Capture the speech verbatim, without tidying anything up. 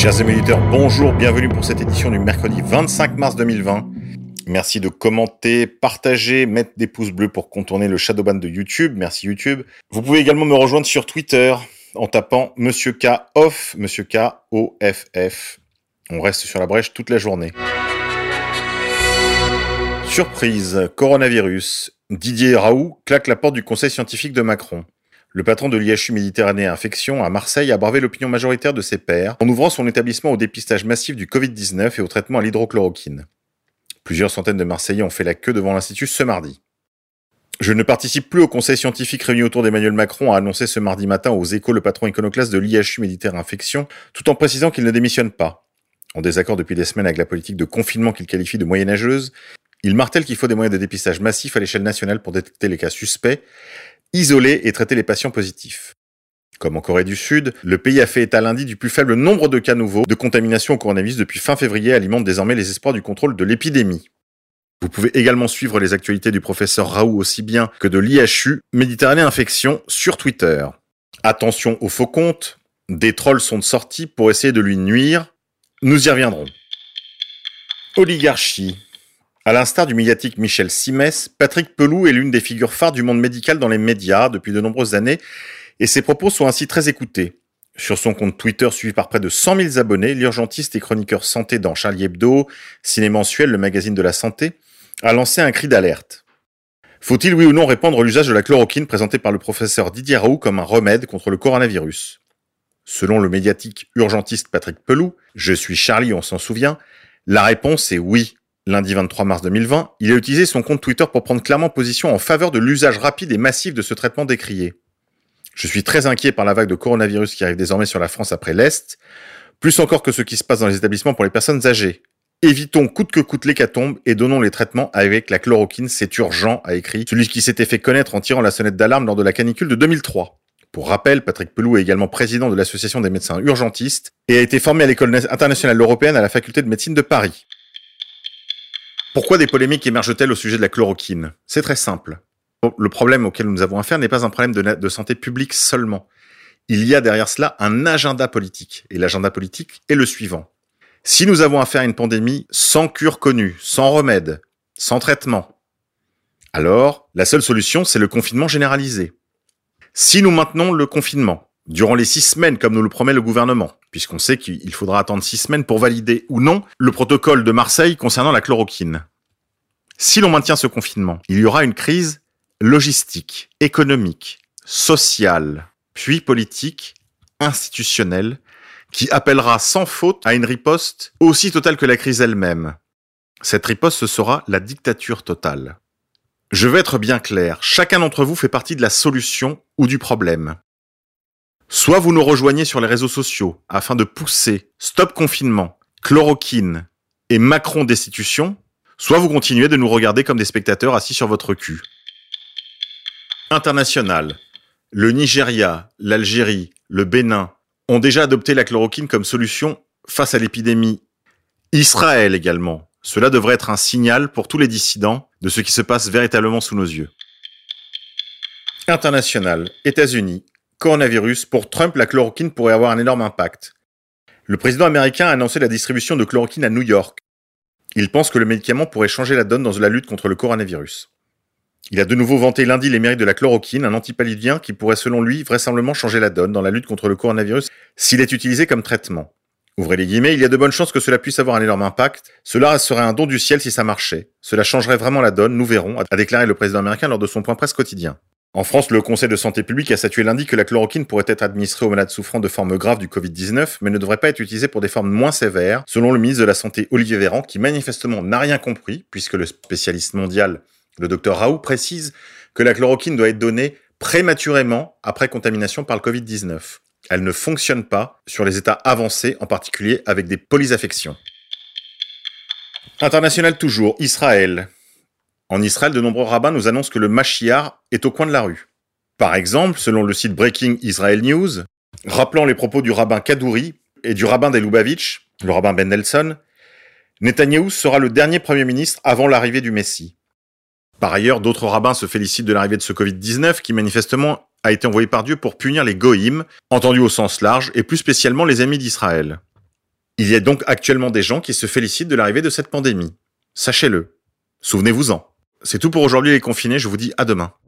Chers amis auditeurs, bonjour, bienvenue pour cette édition du mercredi vingt-cinq mars deux mille vingt. Merci de commenter, partager, mettre des pouces bleus pour contourner le shadowban de YouTube. Merci YouTube. Vous pouvez également me rejoindre sur Twitter en tapant Monsieur K off, Monsieur K O F F. On reste sur la brèche toute la journée. Surprise, coronavirus. Didier Raoult claque la porte du conseil scientifique de Macron. Le patron de l'I H U Méditerranée Infection à Marseille a bravé l'opinion majoritaire de ses pairs en ouvrant son établissement au dépistage massif du covid dix-neuf et au traitement à l'hydrochloroquine. Plusieurs centaines de Marseillais ont fait la queue devant l'Institut ce mardi. Je ne participe plus au conseil scientifique réuni autour d'Emmanuel Macron, a annoncé ce mardi matin aux Échos le patron iconoclaste de l'I H U Méditerranée Infection, tout en précisant qu'il ne démissionne pas. En désaccord depuis des semaines avec la politique de confinement qu'il qualifie de moyenâgeuse, il martèle qu'il faut des moyens de dépistage massifs à l'échelle nationale pour détecter les cas suspects, isoler et traiter les patients positifs. Comme en Corée du Sud, le pays a fait état lundi du plus faible nombre de cas nouveaux de contamination au coronavirus depuis fin février et alimente désormais les espoirs du contrôle de l'épidémie. Vous pouvez également suivre les actualités du professeur Raoult aussi bien que de l'I H U Méditerranée Infection sur Twitter. Attention aux faux comptes, des trolls sont sortis pour essayer de lui nuire. Nous y reviendrons. Oligarchie. À l'instar du médiatique Michel Simès, Patrick Pelloux est l'une des figures phares du monde médical dans les médias depuis de nombreuses années et ses propos sont ainsi très écoutés. Sur son compte Twitter suivi par près de cent mille abonnés, l'urgentiste et chroniqueur santé dans Charlie Hebdo, Ciné Mensuel, le magazine de la santé, a lancé un cri d'alerte. Faut-il oui ou non répandre l'usage de la chloroquine présenté par le professeur Didier Raoult comme un remède contre le coronavirus ? Selon le médiatique urgentiste Patrick Pelloux, je suis Charlie, on s'en souvient, la réponse est oui. Lundi vingt-trois mars deux mille vingt, il a utilisé son compte Twitter pour prendre clairement position en faveur de l'usage rapide et massif de ce traitement décrié. Je suis très inquiet par la vague de coronavirus qui arrive désormais sur la France après l'Est, plus encore que ce qui se passe dans les établissements pour les personnes âgées. Évitons coûte que coûte l'hécatombe et donnons les traitements avec la chloroquine, c'est urgent, a écrit celui qui s'était fait connaître en tirant la sonnette d'alarme lors de la canicule de deux mille trois. Pour rappel, Patrick Pelloux est également président de l'Association des médecins urgentistes et a été formé à l'École internationale européenne à la faculté de médecine de Paris. Pourquoi des polémiques émergent-elles au sujet de la chloroquine ? C'est très simple. Le problème auquel nous avons affaire n'est pas un problème de, na- de santé publique seulement. Il y a derrière cela un agenda politique. Et l'agenda politique est le suivant. Si nous avons affaire à une pandémie sans cure connue, sans remède, sans traitement, alors la seule solution, c'est le confinement généralisé. Si nous maintenons le confinement, durant les six semaines comme nous le promet le gouvernement, puisqu'on sait qu'il faudra attendre six semaines pour valider ou non le protocole de Marseille concernant la chloroquine. Si l'on maintient ce confinement, il y aura une crise logistique, économique, sociale, puis politique, institutionnelle, qui appellera sans faute à une riposte aussi totale que la crise elle-même. Cette riposte, ce sera la dictature totale. Je vais être bien clair, chacun d'entre vous fait partie de la solution ou du problème. Soit vous nous rejoignez sur les réseaux sociaux afin de pousser Stop Confinement, Chloroquine et Macron Destitution, soit vous continuez de nous regarder comme des spectateurs assis sur votre cul. International. Le Nigeria, l'Algérie, le Bénin ont déjà adopté la chloroquine comme solution face à l'épidémie. Israël également. Cela devrait être un signal pour tous les dissidents de ce qui se passe véritablement sous nos yeux. International. États-Unis. Coronavirus, pour Trump, la chloroquine pourrait avoir un énorme impact. Le président américain a annoncé la distribution de chloroquine à New York. Il pense que le médicament pourrait changer la donne dans la lutte contre le coronavirus. Il a de nouveau vanté lundi les mérites de la chloroquine, un antipaludien qui pourrait selon lui vraisemblablement changer la donne dans la lutte contre le coronavirus s'il est utilisé comme traitement. Ouvrez les guillemets, il y a de bonnes chances que cela puisse avoir un énorme impact. Cela serait un don du ciel si ça marchait. Cela changerait vraiment la donne, nous verrons, a déclaré le président américain lors de son point presse quotidien. En France, le Conseil de santé publique a statué lundi que la chloroquine pourrait être administrée aux malades souffrant de formes graves du covid dix-neuf, mais ne devrait pas être utilisée pour des formes moins sévères, selon le ministre de la Santé Olivier Véran, qui manifestement n'a rien compris, puisque le spécialiste mondial, le docteur Raoult, précise que la chloroquine doit être donnée prématurément après contamination par le covid dix-neuf. Elle ne fonctionne pas sur les états avancés, en particulier avec des polysaffections. International toujours, Israël. En Israël, de nombreux rabbins nous annoncent que le Mashiach est au coin de la rue. Par exemple, selon le site Breaking Israel News, rappelant les propos du rabbin Kadouri et du rabbin des Lubavitch, le rabbin Ben Nelson, Netanyahou sera le dernier premier ministre avant l'arrivée du Messie. Par ailleurs, d'autres rabbins se félicitent de l'arrivée de ce covid dix-neuf qui manifestement a été envoyé par Dieu pour punir les goïms, entendus au sens large, et plus spécialement les ennemis d'Israël. Il y a donc actuellement des gens qui se félicitent de l'arrivée de cette pandémie. Sachez-le. Souvenez-vous-en. C'est tout pour aujourd'hui les confinés, je vous dis à demain.